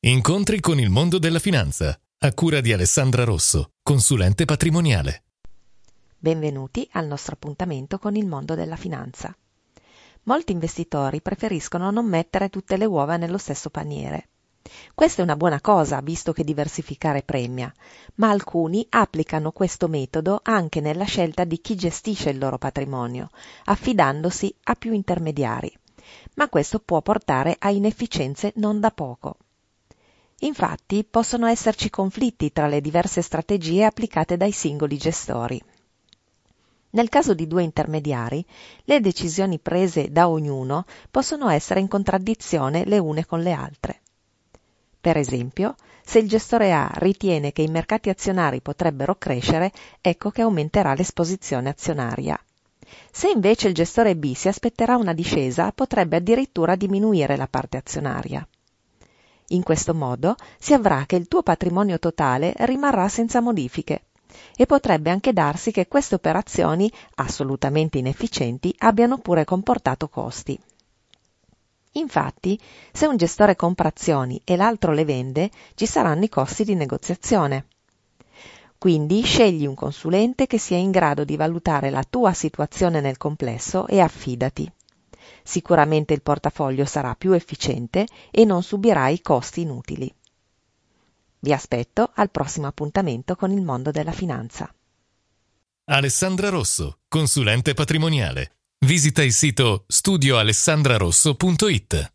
Incontri con il mondo della finanza, a cura di Alessandra Rosso, consulente patrimoniale. Benvenuti al nostro appuntamento con il mondo della finanza. Molti investitori preferiscono non mettere tutte le uova nello stesso paniere. Questa è una buona cosa, visto che diversificare premia, ma alcuni applicano questo metodo anche nella scelta di chi gestisce il loro patrimonio, affidandosi a più intermediari. Ma questo può portare a inefficienze non da poco. Infatti, possono esserci conflitti tra le diverse strategie applicate dai singoli gestori. Nel caso di due intermediari, le decisioni prese da ognuno possono essere in contraddizione le une con le altre. Per esempio, se il gestore A ritiene che i mercati azionari potrebbero crescere, ecco che aumenterà l'esposizione azionaria. Se invece il gestore B si aspetterà una discesa, potrebbe addirittura diminuire la parte azionaria. In questo modo si avrà che il tuo patrimonio totale rimarrà senza modifiche e potrebbe anche darsi che queste operazioni, assolutamente inefficienti, abbiano pure comportato costi. Infatti, se un gestore compra azioni e l'altro le vende, ci saranno i costi di negoziazione. Quindi scegli un consulente che sia in grado di valutare la tua situazione nel complesso e affidati. Sicuramente il portafoglio sarà più efficiente e non subirai costi inutili. Vi aspetto al prossimo appuntamento con il mondo della finanza. Alessandra Rosso, consulente patrimoniale. Visita il sito studioalessandrarosso.it.